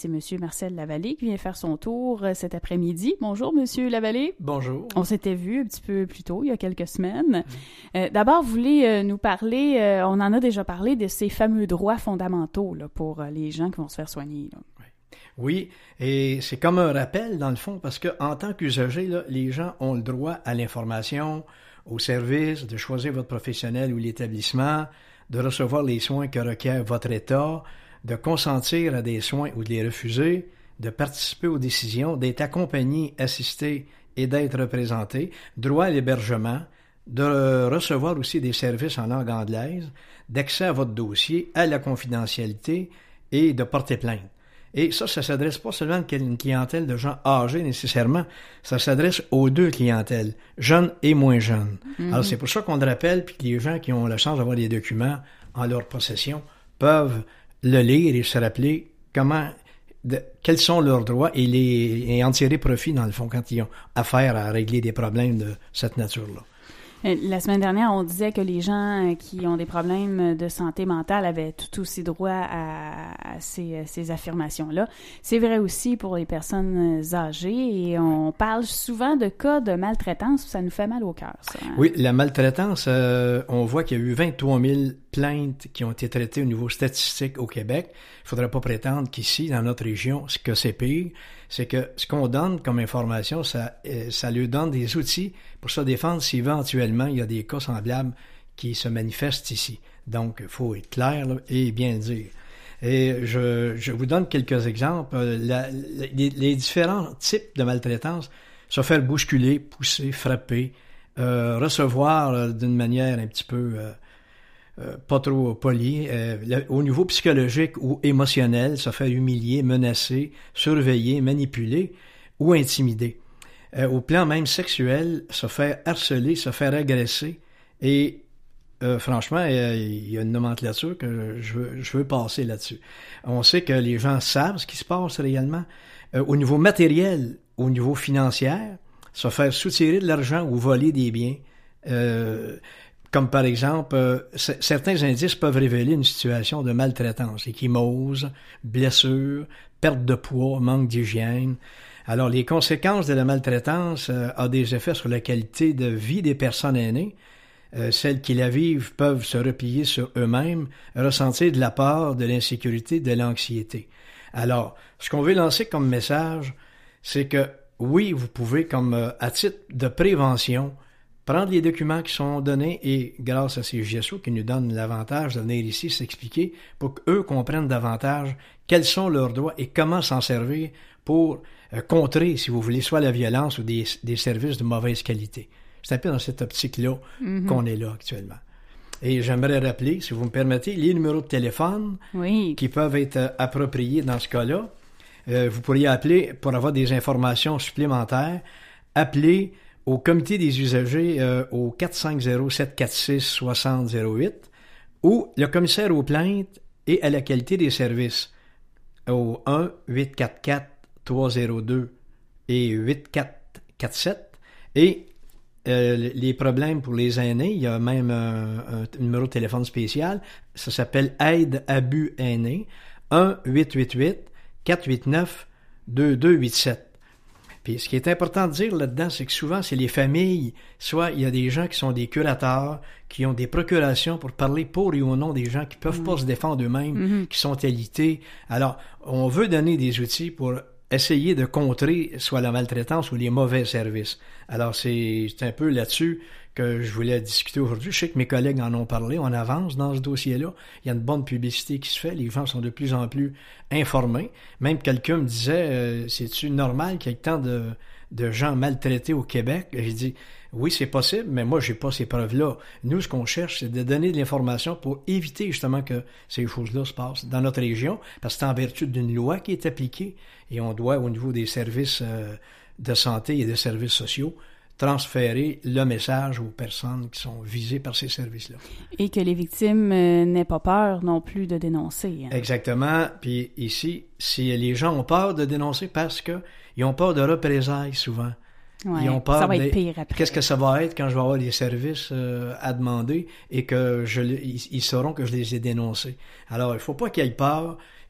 c'est M. Marcel Lavallée qui vient faire son tour cet après-midi. Bonjour, M. Lavallée. Bonjour. On s'était vu un petit peu plus tôt, il y a quelques semaines. D'abord, vous voulez nous parler, on en a déjà parlé, de ces fameux droits fondamentaux là, pour les gens qui vont se faire soigner. Là. Oui, et c'est comme un rappel, dans le fond, parce qu'en tant qu'usager, là, les gens ont le droit à l'information, au service, de choisir votre professionnel ou l'établissement, de recevoir les soins que requiert votre État, de consentir à des soins ou de les refuser, de participer aux décisions, d'être accompagné, assisté et d'être représenté, droit à l'hébergement, de recevoir aussi des services en langue anglaise, d'accès à votre dossier, à la confidentialité et de porter plainte. Et ça s'adresse pas seulement à une clientèle de gens âgés nécessairement, ça s'adresse aux deux clientèles, jeunes et moins jeunes. Alors c'est pour ça qu'on le rappelle, puis que les gens qui ont la chance d'avoir des documents en leur possession peuvent le lire et se rappeler quels sont leurs droits et en tirer profit dans le fond quand ils ont affaire à régler des problèmes de cette nature-là. La semaine dernière, on disait que les gens qui ont des problèmes de santé mentale avaient tout aussi droit à ces affirmations-là. C'est vrai aussi pour les personnes âgées et on parle souvent de cas de maltraitance, ça nous fait mal au cœur, ça. Hein? Oui, la maltraitance, on voit qu'il y a eu 23 000 plaintes qui ont été traitées au niveau statistique au Québec. Il ne faudrait pas prétendre qu'ici, dans notre région, ce que c'est pire, c'est que ce qu'on donne comme information, ça lui donne des outils pour se défendre si éventuellement il y a des cas semblables qui se manifestent ici. Donc, il faut être clair là, et bien le dire. Et je vous donne quelques exemples. Les différents types de maltraitance, se faire bousculer, pousser, frapper, recevoir d'une manière un petit peu pas trop polie, au niveau psychologique ou émotionnel, se faire humilier, menacer, surveiller, manipuler ou intimider. Au plan même sexuel, se faire harceler, se faire agresser et franchement, il y a une nomenclature que je veux passer là-dessus. On sait que les gens savent ce qui se passe réellement. Au niveau matériel, au niveau financier, se faire soutirer de l'argent ou voler des biens, comme par exemple, certains indices peuvent révéler une situation de maltraitance, échymose, blessure, perte de poids, manque d'hygiène. Alors, les conséquences de la maltraitance ont des effets sur la qualité de vie des personnes aînées. Celles qui la vivent peuvent se replier sur eux-mêmes, ressentir de la peur, de l'insécurité, de l'anxiété. Alors, ce qu'on veut lancer comme message, c'est que oui, vous pouvez, comme à titre de prévention, prendre les documents qui sont donnés et grâce à ces GSO qui nous donnent l'avantage de venir ici s'expliquer pour qu'eux comprennent davantage quels sont leurs droits et comment s'en servir pour contrer, si vous voulez, soit la violence ou des services de mauvaise qualité. C'est un peu dans cette optique-là qu'on est là actuellement. Et j'aimerais rappeler, si vous me permettez, les numéros de téléphone qui peuvent être appropriés dans ce cas-là. Vous pourriez appeler pour avoir des informations supplémentaires. Appelez au comité des usagers au 450-746-6008 ou le commissaire aux plaintes et à la qualité des services au 1-844-302 et 8447 et les problèmes pour les aînés, il y a même un numéro de téléphone spécial, ça s'appelle Aide Abus Aînés, 1-888-489-2287. Puis ce qui est important de dire là-dedans, c'est que souvent, c'est les familles, soit il y a des gens qui sont des curateurs, qui ont des procurations pour parler pour et au nom des gens qui peuvent pas se défendre eux-mêmes, qui sont alités. Alors, on veut donner des outils pour essayer de contrer soit la maltraitance ou les mauvais services. Alors, c'est un peu là-dessus que je voulais discuter aujourd'hui. Je sais que mes collègues en ont parlé, on avance dans ce dossier-là. Il y a une bonne publicité qui se fait, les gens sont de plus en plus informés. Même quelqu'un me disait, c'est-tu normal qu'il y ait tant de gens maltraités au Québec? J'ai dit, oui, c'est possible, mais moi, j'ai pas ces preuves-là. Nous, ce qu'on cherche, c'est de donner de l'information pour éviter justement que ces choses-là se passent dans notre région, parce que c'est en vertu d'une loi qui est appliquée et on doit, au niveau des services de santé et des services sociaux, transférer le message aux personnes qui sont visées par ces services-là. Et que les victimes n'aient pas peur non plus de dénoncer. Hein. Exactement. Puis ici, si les gens ont peur de dénoncer parce qu'ils ont peur de représailles souvent. Ouais, ils ont peur ça va être pire après. Qu'est-ce que ça va être quand je vais avoir des services à demander et que ils sauront que je les ai dénoncés. Alors, il faut pas qu'ils aient peur.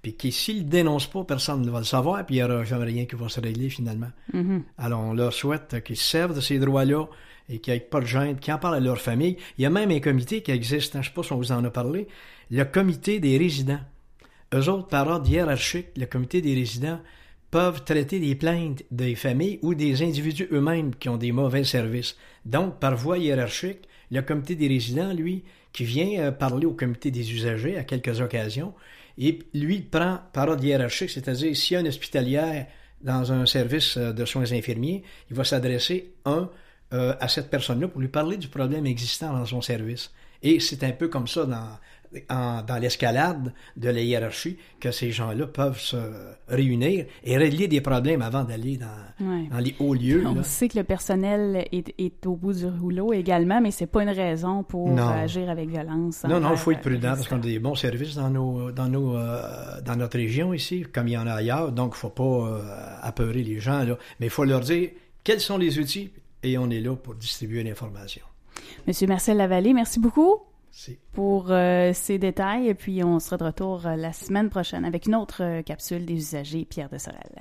puis qui, s'il ne dénonce pas, personne ne va le savoir, puis il n'y aura jamais rien qui va se régler finalement. Mm-hmm. Alors, on leur souhaite qu'ils se servent de ces droits-là et qu'il n'y ait pas de gêne, qu'ils en parlent à leur famille. Il y a même un comité qui existe, je ne sais pas si on vous en a parlé, le comité des résidents. Eux autres, par ordre hiérarchique, le comité des résidents peuvent traiter des plaintes des familles ou des individus eux-mêmes qui ont des mauvais services. Donc, par voie hiérarchique, le comité des résidents, lui, qui vient parler au comité des usagers à quelques occasions, et lui prend par ordre hiérarchique, c'est-à-dire s'il y a une hospitalière dans un service de soins infirmiers, il va s'adresser à cette personne-là pour lui parler du problème existant dans son service. Et c'est un peu comme ça dans l'escalade de la hiérarchie que ces gens-là peuvent se réunir et régler des problèmes avant d'aller dans les hauts lieux. On sait que le personnel est au bout du rouleau également, mais c'est pas une raison pour agir avec violence. Non, il faut être prudent parce qu'on a des bons services dans notre région ici, comme il y en a ailleurs, donc il ne faut pas apeurer les gens, là. Mais il faut leur dire quels sont les outils et on est là pour distribuer l'information. Monsieur Marcel Lavallée, merci beaucoup. Merci. Pour ces détails. Et puis, on sera de retour la semaine prochaine avec une autre capsule des usagers Pierre de Sorel.